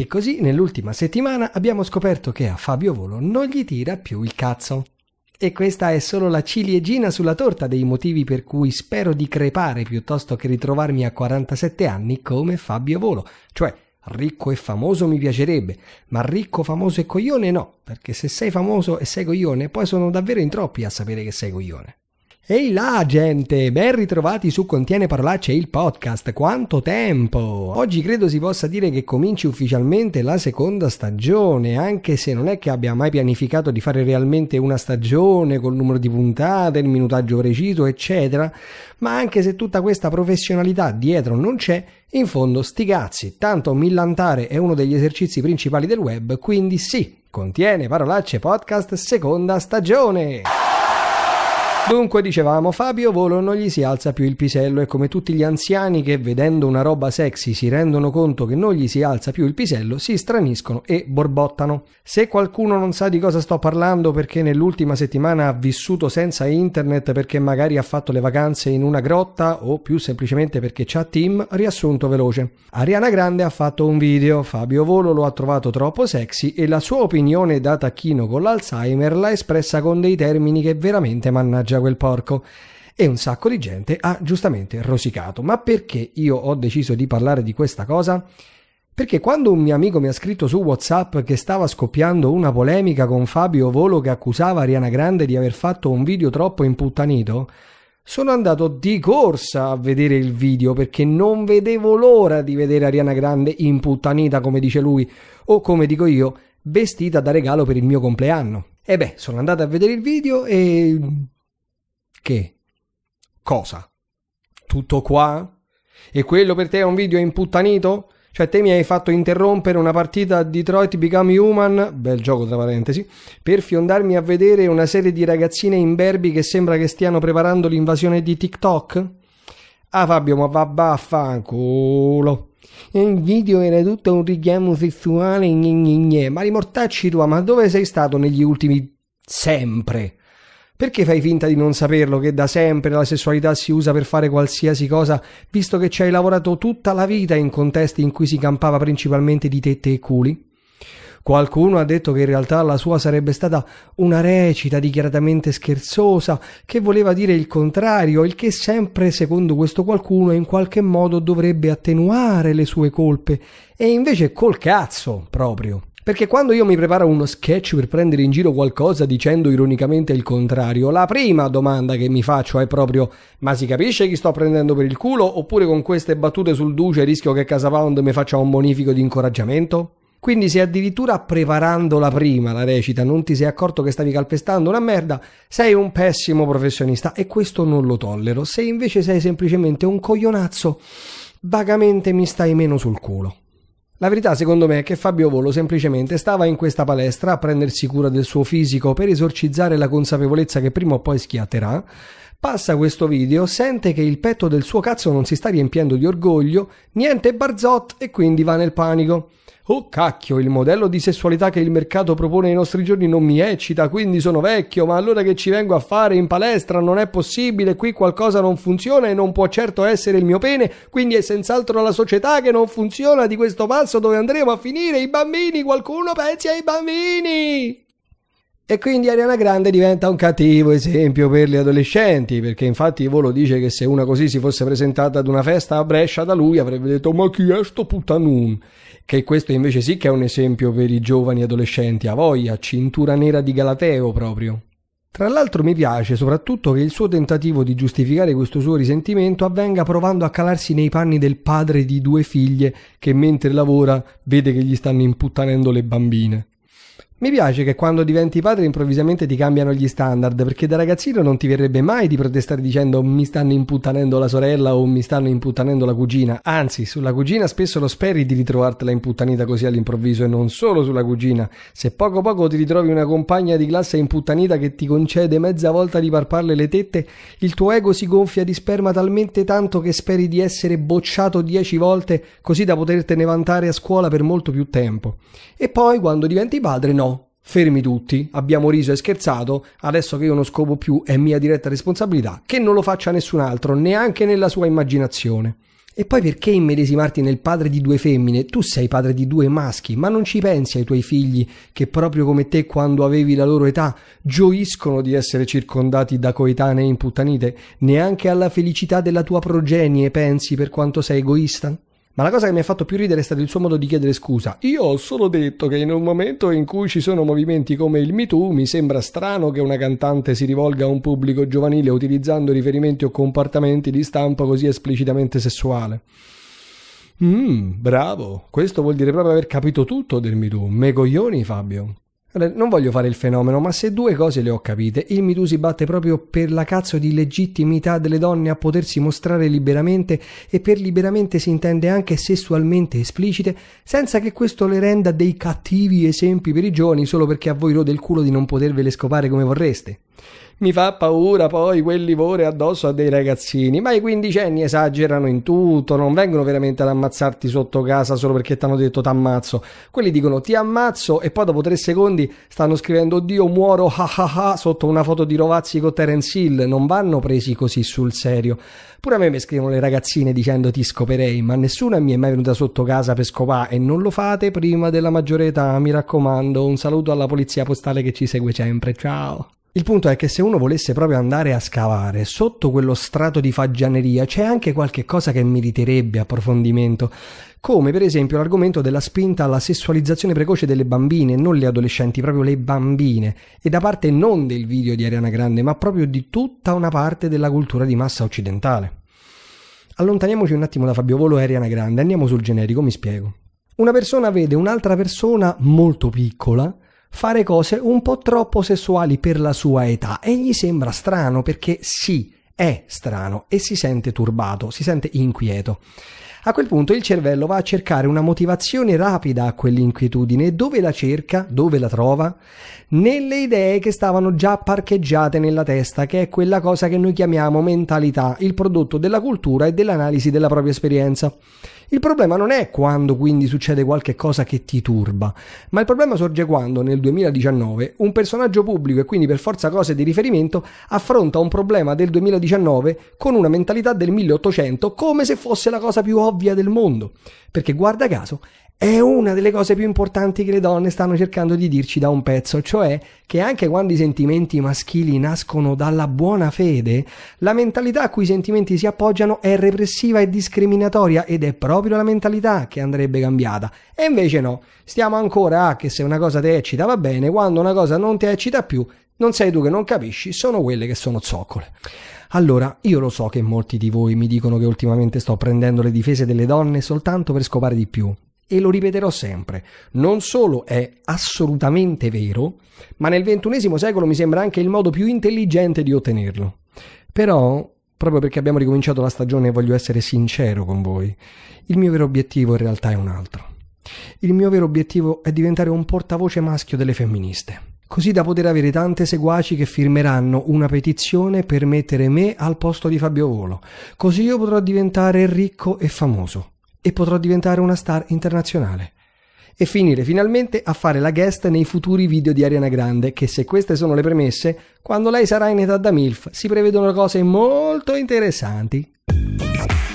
E così nell'ultima settimana abbiamo scoperto che a Fabio Volo non gli tira più il cazzo. E questa è solo la ciliegina sulla torta dei motivi per cui spero di crepare piuttosto che ritrovarmi a 47 anni come Fabio Volo. Cioè, ricco e famoso mi piacerebbe, ma ricco, famoso e coglione no, perché se sei famoso e sei coglione, poi sono davvero in troppi a sapere che sei coglione. Ehi là gente, ben ritrovati su Contiene Parolacce, il podcast, quanto tempo! Oggi credo si possa dire che cominci ufficialmente la seconda stagione, anche se non è che abbia mai pianificato di fare realmente una stagione col numero di puntate, il minutaggio preciso eccetera, ma anche se tutta questa professionalità dietro non c'è, in fondo sti cazzi, tanto millantare è uno degli esercizi principali del web, quindi sì, Contiene Parolacce podcast seconda stagione! Dunque dicevamo, Fabio Volo non gli si alza più il pisello, è come tutti gli anziani che vedendo una roba sexy si rendono conto che non gli si alza più il pisello, si straniscono e borbottano. Se qualcuno non sa di cosa sto parlando perché nell'ultima settimana ha vissuto senza internet perché magari ha fatto le vacanze in una grotta o più semplicemente perché c'ha Team, riassunto veloce. Ariana Grande ha fatto un video, Fabio Volo lo ha trovato troppo sexy e la sua opinione da tacchino con l'Alzheimer l'ha espressa con dei termini che veramente mannaggia quel porco, e un sacco di gente ha giustamente rosicato. Ma perché io ho deciso di parlare di questa cosa? Perché quando un mio amico mi ha scritto su WhatsApp che stava scoppiando una polemica con Fabio Volo che accusava Ariana Grande di aver fatto un video troppo imputtanito, sono andato di corsa a vedere il video perché non vedevo l'ora di vedere Ariana Grande imputtanita, come dice lui, o come dico io, vestita da regalo per il mio compleanno. E beh, sono andato a vedere il video e... Che? Cosa? Tutto qua? E quello per te è un video imputtanito? Cioè te mi hai fatto interrompere una partita a Detroit Become Human, bel gioco tra parentesi, per fiondarmi a vedere una serie di ragazzine imberbi che sembra che stiano preparando l'invasione di TikTok? Ah Fabio, ma va vaffanculo. Il video era tutto un richiamo sessuale, ma rimortacci tua, ma dove sei stato negli ultimi... sempre? Perché fai finta di non saperlo che da sempre la sessualità si usa per fare qualsiasi cosa, visto che ci hai lavorato tutta la vita in contesti in cui si campava principalmente di tette e culi? Qualcuno ha detto che in realtà la sua sarebbe stata una recita dichiaratamente scherzosa, che voleva dire il contrario, il che sempre, secondo questo qualcuno, in qualche modo dovrebbe attenuare le sue colpe, e invece col cazzo, proprio. Perché quando io mi preparo uno sketch per prendere in giro qualcosa dicendo ironicamente il contrario, la prima domanda che mi faccio è proprio: ma si capisce chi sto prendendo per il culo, oppure con queste battute sul duce rischio che Casa Pound mi faccia un bonifico di incoraggiamento? Quindi se addirittura preparando la prima, la recita, non ti sei accorto che stavi calpestando una merda, sei un pessimo professionista e questo non lo tollero. Se invece sei semplicemente un coglionazzo, vagamente mi stai meno sul culo. La verità secondo me è che Fabio Volo semplicemente stava in questa palestra a prendersi cura del suo fisico per esorcizzare la consapevolezza che prima o poi schiatterà, passa questo video, sente che il petto del suo cazzo non si sta riempiendo di orgoglio, niente barzot e quindi va nel panico. Oh cacchio, il modello di sessualità che il mercato propone ai nostri giorni non mi eccita, quindi sono vecchio, ma allora che ci vengo a fare in palestra? Non è possibile, qui qualcosa non funziona e non può certo essere il mio pene, quindi è senz'altro la società che non funziona. Di questo passo dove andremo a finire? I bambini, qualcuno pensi ai bambini! E quindi Ariana Grande diventa un cattivo esempio per le adolescenti, perché infatti Volo dice che se una così si fosse presentata ad una festa a Brescia da lui avrebbe detto: ma chi è sto puttanun? Che questo invece sì che è un esempio per i giovani adolescenti, a voglia, cintura nera di Galateo proprio. Tra l'altro mi piace soprattutto che il suo tentativo di giustificare questo suo risentimento avvenga provando a calarsi nei panni del padre di 2 figlie che mentre lavora vede che gli stanno imputtanendo le bambine. Mi piace che quando diventi padre improvvisamente ti cambiano gli standard, perché da ragazzino non ti verrebbe mai di protestare dicendo mi stanno imputtanendo la sorella o mi stanno imputtanendo la cugina. Anzi, sulla cugina spesso lo speri di ritrovartela imputtanita così all'improvviso, e non solo sulla cugina. Se poco poco ti ritrovi una compagna di classe imputtanita che ti concede mezza volta di parparle le tette, il tuo ego si gonfia di sperma talmente tanto che speri di essere bocciato 10 volte così da potertene vantare a scuola per molto più tempo. E poi quando diventi padre no. fermi tutti, abbiamo riso e scherzato, adesso che io non scopo più è mia diretta responsabilità, che non lo faccia nessun altro, neanche nella sua immaginazione. E poi perché immedesimarti nel padre di 2 femmine? Tu sei padre di 2 maschi, ma non ci pensi ai tuoi figli che proprio come te quando avevi la loro età gioiscono di essere circondati da coetanee imputtanite? Neanche alla felicità della tua progenie pensi per quanto sei egoista? Ma la cosa che mi ha fatto più ridere è stato il suo modo di chiedere scusa. Io ho solo detto che in un momento in cui ci sono movimenti come il Me Too mi sembra strano che una cantante si rivolga a un pubblico giovanile utilizzando riferimenti o comportamenti di stampo così esplicitamente sessuale. Bravo, questo vuol dire proprio aver capito tutto del Me Too. Me coglioni, Fabio. Non voglio fare il fenomeno, ma se 2 cose le ho capite, il Me Too si batte proprio per la cazzo di legittimità delle donne a potersi mostrare liberamente, e per liberamente si intende anche sessualmente esplicite, senza che questo le renda dei cattivi esempi per i giovani solo perché a voi rode il culo di non potervele scopare come vorreste. Mi fa paura poi quel livore addosso a dei ragazzini, ma i 15enni esagerano in tutto, non vengono veramente ad ammazzarti sotto casa solo perché ti hanno detto t'ammazzo. Quelli dicono ti ammazzo e poi dopo 3 secondi stanno scrivendo oddio muoro ha ha ha sotto una foto di Rovazzi con Terence Hill, non vanno presi così sul serio. Pure a me mi scrivono le ragazzine dicendo ti scoperei, ma nessuna mi è mai venuta sotto casa per scopare, e non lo fate prima della maggiore età, mi raccomando. Un saluto alla polizia postale che ci segue sempre, ciao. Il punto è che se uno volesse proprio andare a scavare sotto quello strato di faggianeria c'è anche qualche cosa che meriterebbe approfondimento, come per esempio l'argomento della spinta alla sessualizzazione precoce delle bambine, non le adolescenti, proprio le bambine, e da parte non del video di Ariana Grande, ma proprio di tutta una parte della cultura di massa occidentale. Allontaniamoci un attimo da Fabio Volo e Ariana Grande, andiamo sul generico, mi spiego. Una persona vede un'altra persona molto piccola fare cose un po' troppo sessuali per la sua età e gli sembra strano, perché sì, è strano, e si sente turbato, si sente inquieto. A quel punto il cervello va a cercare una motivazione rapida a quell'inquietudine. E dove la cerca? Dove la trova? Nelle idee che stavano già parcheggiate nella testa, che è quella cosa che noi chiamiamo mentalità, il prodotto della cultura e dell'analisi della propria esperienza. Il problema non è quando quindi succede qualche cosa che ti turba, ma il problema sorge quando nel 2019 un personaggio pubblico, e quindi per forza cose di riferimento, affronta un problema del 2019 con una mentalità del 1800 come se fosse la cosa più ovvia del mondo, perché guarda caso è una delle cose più importanti che le donne stanno cercando di dirci da un pezzo, cioè che anche quando i sentimenti maschili nascono dalla buona fede, la mentalità a cui i sentimenti si appoggiano è repressiva e discriminatoria, ed è proprio la mentalità che andrebbe cambiata. E invece no, stiamo ancora a che se una cosa ti eccita va bene, quando una cosa non ti eccita più, non sei tu che non capisci, sono quelle che sono zoccole. Allora, io lo so che molti di voi mi dicono che ultimamente sto prendendo le difese delle donne soltanto per scopare di più. E lo ripeterò sempre, non solo è assolutamente vero, ma nel XXI secolo mi sembra anche il modo più intelligente di ottenerlo. Però, proprio perché abbiamo ricominciato la stagione e voglio essere sincero con voi, il mio vero obiettivo in realtà è un altro. Il mio vero obiettivo è diventare un portavoce maschio delle femministe, così da poter avere tante seguaci che firmeranno una petizione per mettere me al posto di Fabio Volo, così io potrò diventare ricco e famoso. E potrò diventare una star internazionale e finire finalmente a fare la guest nei futuri video di Ariana Grande, che se queste sono le premesse, quando lei sarà in età da MILF si prevedono cose molto interessanti.